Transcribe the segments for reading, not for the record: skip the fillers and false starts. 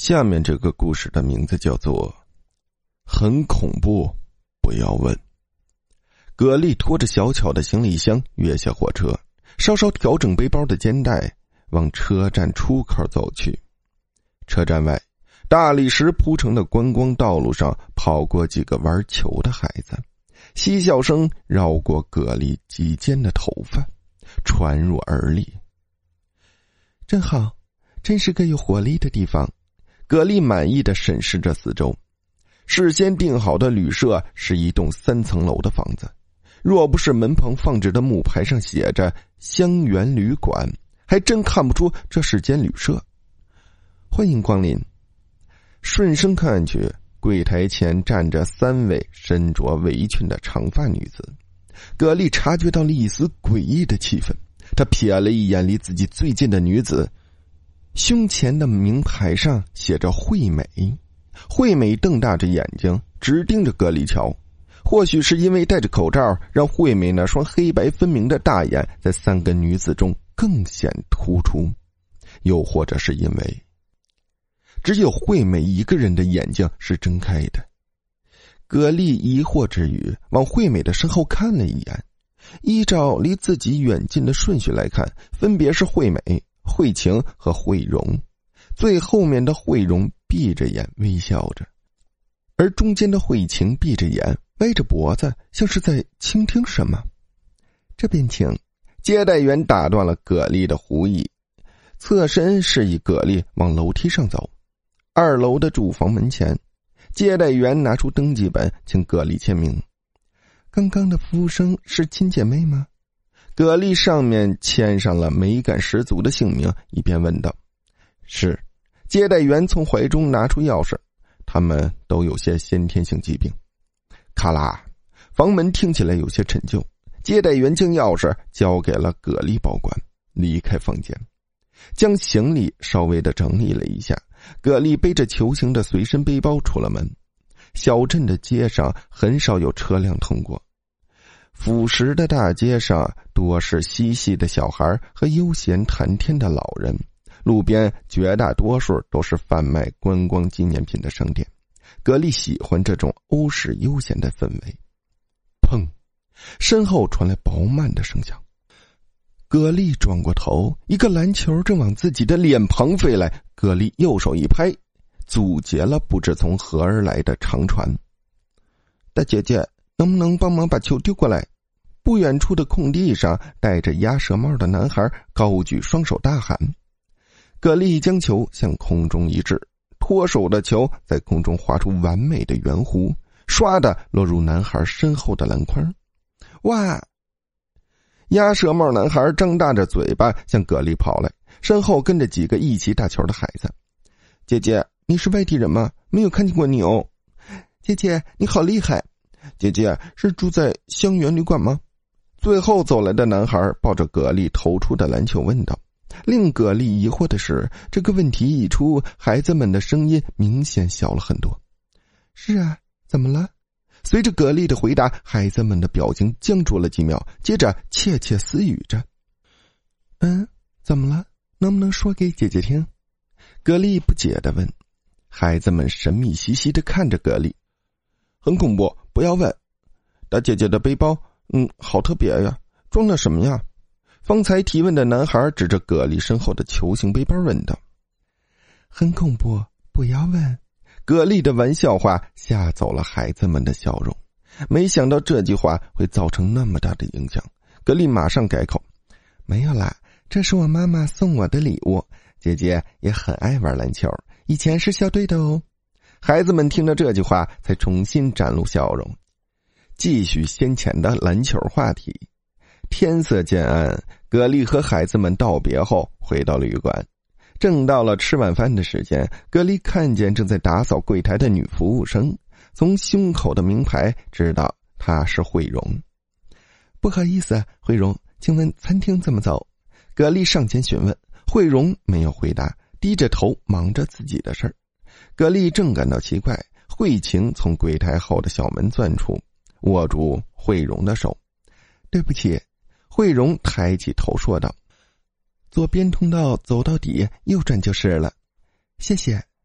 下面这个故事的名字叫做很恐怖，不要问。葛丽拖着小巧的行李箱跃下火车，稍稍调整背包的肩带，往车站出口走去。车站外，大理石铺成的观光道路上跑过几个玩球的孩子，嬉笑声绕过葛丽及肩的头发，传入耳里。真好，真是个有活力的地方。葛丽满意地审视着四周，事先订好的旅社是一栋3层楼的房子，若不是门旁放置的木牌上写着香园旅馆，还真看不出这是间旅社。欢迎光临。顺声看去，柜台前站着3位身着围裙的长发女子。葛丽察觉到了一丝诡异的气氛，她瞥了一眼离自己最近的女子，胸前的名牌上写着惠美。惠美瞪大着眼睛直盯着葛丽瞧，或许是因为戴着口罩，让惠美那双黑白分明的大眼在3个女子中更显突出，又或者是因为只有惠美一个人的眼睛是睁开的。葛丽疑惑之余往惠美的身后看了一眼，依照离自己远近的顺序来看，分别是惠美、惠晴和惠荣，最后面的惠荣闭着眼微笑着，而中间的惠晴闭着眼歪着脖子，像是在倾听什么。这边请。接待员打断了葛丽的狐疑，侧身示意葛丽往楼梯上走。2楼的住房门前，接待员拿出登记本请葛丽签名。刚刚的服务生是亲姐妹吗？葛丽上面签上了美感十足的姓名，一边问道。是。接待员从怀中拿出钥匙，他们都有些先天性疾病。咔啦，房门听起来有些陈旧，接待员将钥匙交给了葛丽保管，离开房间，将行李稍微的整理了一下。葛丽背着球形的随身背包出了门。小镇的街上很少有车辆通过，腐蚀的大街上多是嬉戏的小孩和悠闲谈天的老人，路边绝大多数都是贩卖观光纪念品的商店。葛丽喜欢这种欧式悠闲的氛围。砰，身后传来饱满的声响。葛丽转过头，一个篮球正往自己的脸庞飞来，葛丽右手一拍，阻截了不知从何而来的长传。大姐姐，能不能帮忙把球丢过来？不远处的空地上，戴着鸭舌帽的男孩高举双手大喊。葛丽将球向空中一掷，脱手的球在空中画出完美的圆弧，唰的落入男孩身后的篮筐。哇！鸭舌帽男孩张大着嘴巴向葛丽跑来，身后跟着几个一起打球的孩子。姐姐，你是外地人吗？没有看见过你哦。姐姐，你好厉害。姐姐，是住在香园旅馆吗？最后走来的男孩抱着葛丽投出的篮球问道。令葛丽疑惑的是，这个问题一出，孩子们的声音明显小了很多。是啊，怎么了？随着葛丽的回答，孩子们的表情僵住了几秒，接着窃窃私语着。怎么了？能不能说给姐姐听？葛丽不解地问。孩子们神秘兮兮地看着葛丽。很恐怖，不要问。大姐姐的背包，好特别呀，装了什么呀？方才提问的男孩指着葛丽身后的球形背包问道。很恐怖，不要问。葛丽的玩笑话吓走了孩子们的笑容，没想到这句话会造成那么大的影响。葛丽马上改口。没有啦，这是我妈妈送我的礼物，姐姐也很爱玩篮球，以前是校队的哦。孩子们听到这句话才重新展露笑容，继续先前的篮球话题。天色渐暗，葛丽和孩子们道别后回到旅馆。正到了吃晚饭的时间，葛丽看见正在打扫柜台的女服务生，从胸口的名牌知道她是惠荣。不好意思，惠荣，请问餐厅怎么走？葛丽上前询问，惠荣没有回答，低着头忙着自己的事儿。葛丽正感到奇怪，惠晴从柜台后的小门钻出，握住惠荣的手。对不起。惠荣抬起头说道。左边通道走到底，右转就是了。谢谢。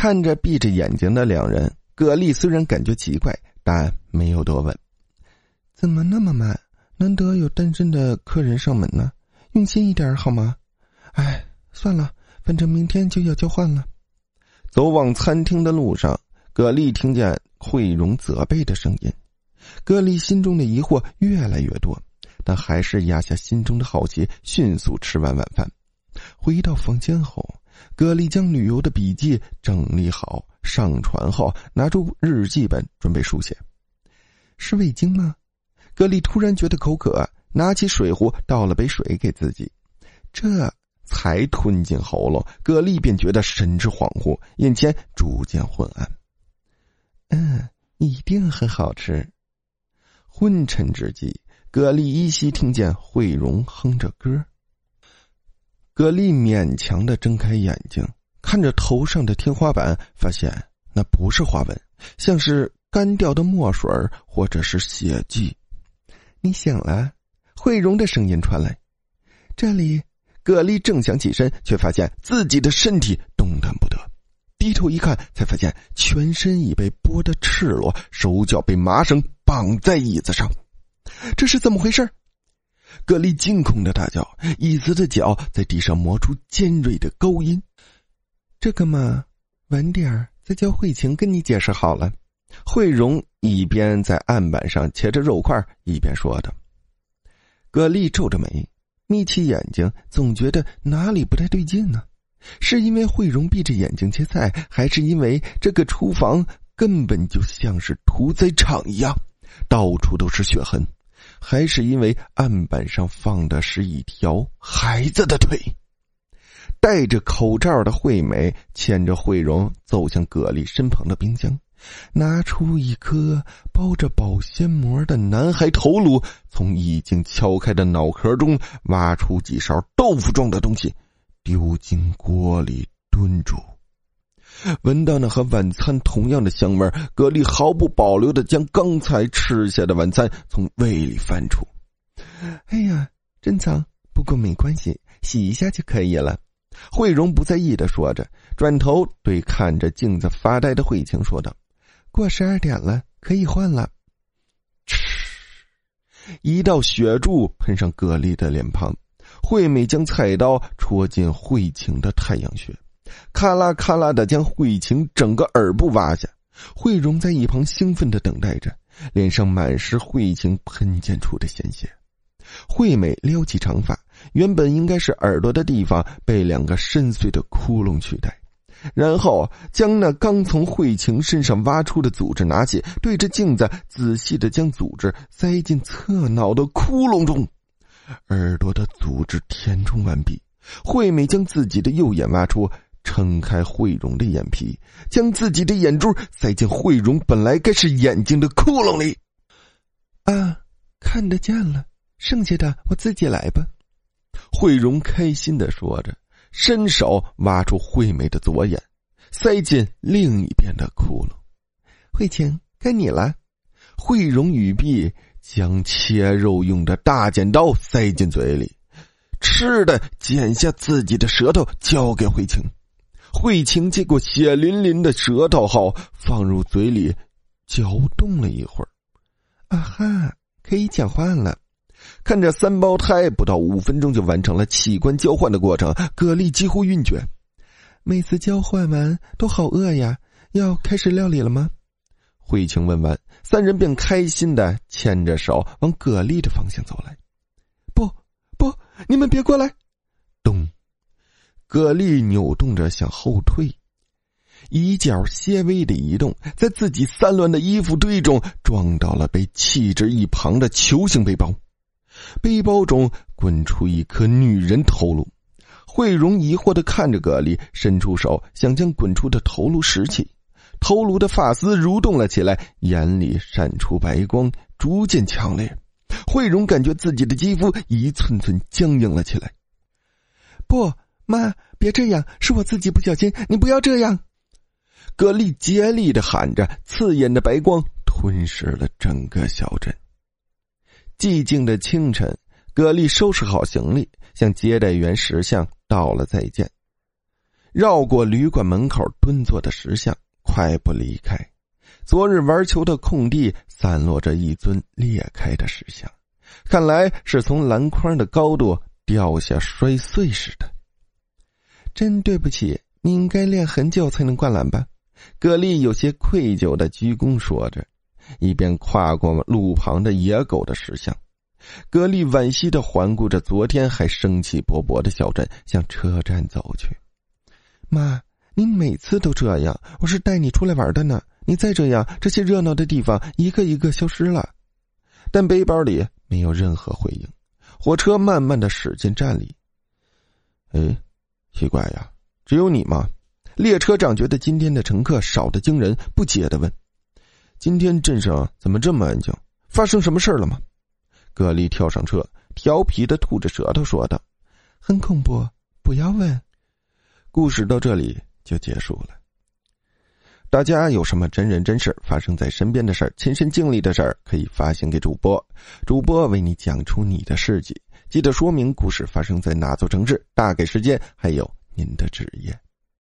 看着闭着眼睛的两人，葛丽虽然感觉奇怪，但没有多问。怎么那么慢？难得有单身的客人上门呢，用心一点好吗？哎，算了，反正明天就要交换了。走往餐厅的路上，葛丽听见慧荣责备的声音。葛丽心中的疑惑越来越多，但还是压下心中的好奇，迅速吃完晚饭。回到房间后，葛丽将旅游的笔记整理好，上传后拿出日记本准备书写。是味精吗？葛丽突然觉得口渴，拿起水壶倒了杯水给自己，这才吞进喉咙，葛丽便觉得神志恍惚，眼前逐渐昏暗。一定很好吃。昏沉之际，葛丽依稀听见慧荣哼着歌。葛丽勉强地睁开眼睛，看着头上的天花板，发现那不是花纹，像是干掉的墨水或者是血迹。你醒了？慧荣的声音传来。这里，葛丽正想起身，却发现自己的身体动弹不得。低头一看，才发现全身已被剥得赤裸，手脚被麻绳绑在椅子上。这是怎么回事？葛丽惊恐的大叫，椅子的脚在地上磨出尖锐的高音。这个嘛，晚点再叫慧晴跟你解释好了。慧荣一边在案板上切着肉块，一边说的。葛丽皱着眉，眯起眼睛，总觉得哪里不太对劲呢。是因为慧荣闭着眼睛切菜，还是因为这个厨房根本就像是屠宰场一样，到处都是血痕，还是因为案板上放的是一条孩子的腿？戴着口罩的惠美牵着慧荣走向葛丽身旁的冰箱，拿出一颗包着保鲜膜的男孩头颅，从已经敲开的脑壳中挖出几勺豆腐状的东西，丢进锅里炖煮。闻到那和晚餐同样的香味，葛丽毫不保留地将刚才吃下的晚餐从胃里翻出。哎呀，真脏，不过没关系，洗一下就可以了。慧荣不在意地说着，转头对看着镜子发呆的慧晴说道：过12点了，可以换了。一道血柱喷上葛丽的脸庞，惠美将菜刀戳进慧晴的太阳穴，咔啦咔啦地将慧晴整个耳部挖下。慧荣在一旁兴奋地等待着，脸上满是慧晴喷溅出的鲜血。惠美撩起长发，原本应该是耳朵的地方被2个深邃的窟窿取代，然后将那刚从慧晴身上挖出的组织拿起，对着镜子仔细地将组织塞进侧脑的窟窿中。耳朵的组织填充完毕，惠美将自己的右眼挖出，撑开慧荣的眼皮，将自己的眼珠塞进慧荣本来该是眼睛的窟窿里。啊，看得见了，剩下的我自己来吧。慧荣开心地说着，伸手挖出惠美的左眼，塞进另一边的窟窿。慧晴，该你了。慧荣语毕，将切肉用的大剪刀塞进嘴里，吃的剪下自己的舌头交给慧晴。慧晴接过血淋淋的舌头后放入嘴里嚼动了一会儿。啊哈，可以讲话了。看着3胞胎不到5分钟就完成了器官交换的过程，葛丽几乎晕厥。每次交换完都好饿呀，要开始料理了吗？慧晴问完，3人便开心地牵着手往葛丽的方向走来。不，你们别过来！咚！葛丽扭动着向后退，一脚些微的移动，在自己散乱的衣服堆中撞到了被弃置一旁的球形背包。背包中滚出一颗女人头颅。慧荣疑惑地看着葛丽，伸出手想将滚出的头颅拾起。头颅的发丝蠕动了起来，眼里闪出白光，逐渐强烈。慧荣感觉自己的肌肤一寸寸僵硬了起来。不，妈，别这样，是我自己不小心，你不要这样。葛丽竭力地喊着，刺眼的白光吞噬了整个小镇。寂静的清晨，葛丽收拾好行李，向接待员石像道了再见， 绕过旅馆门口蹲坐的石像，快步离开。昨日玩球的空地散落着一尊裂开的石像，看来是从篮筐的高度掉下摔碎似的。真对不起，你应该练很久才能灌篮吧？葛丽有些愧疚的鞠躬说着，一边跨过路旁的野狗的石像。葛丽惋惜地环顾着昨天还生气勃勃的小镇，向车站走去。妈，你每次都这样，我是带你出来玩的呢，你再这样，这些热闹的地方一个一个消失了。但背包里没有任何回应。火车慢慢地驶进站里。奇怪呀，只有你吗？列车长觉得今天的乘客少得惊人，不解地问：今天镇上怎么这么安静？发生什么事了吗？葛丽跳上车，调皮地吐着舌头说道：很恐怖，不要问。故事到这里就结束了。大家有什么真人真事发生在身边的事儿，亲身经历的事儿，可以发行给主播，主播为你讲出你的事迹，记得说明故事发生在哪座城市，大概时间，还有您的职业。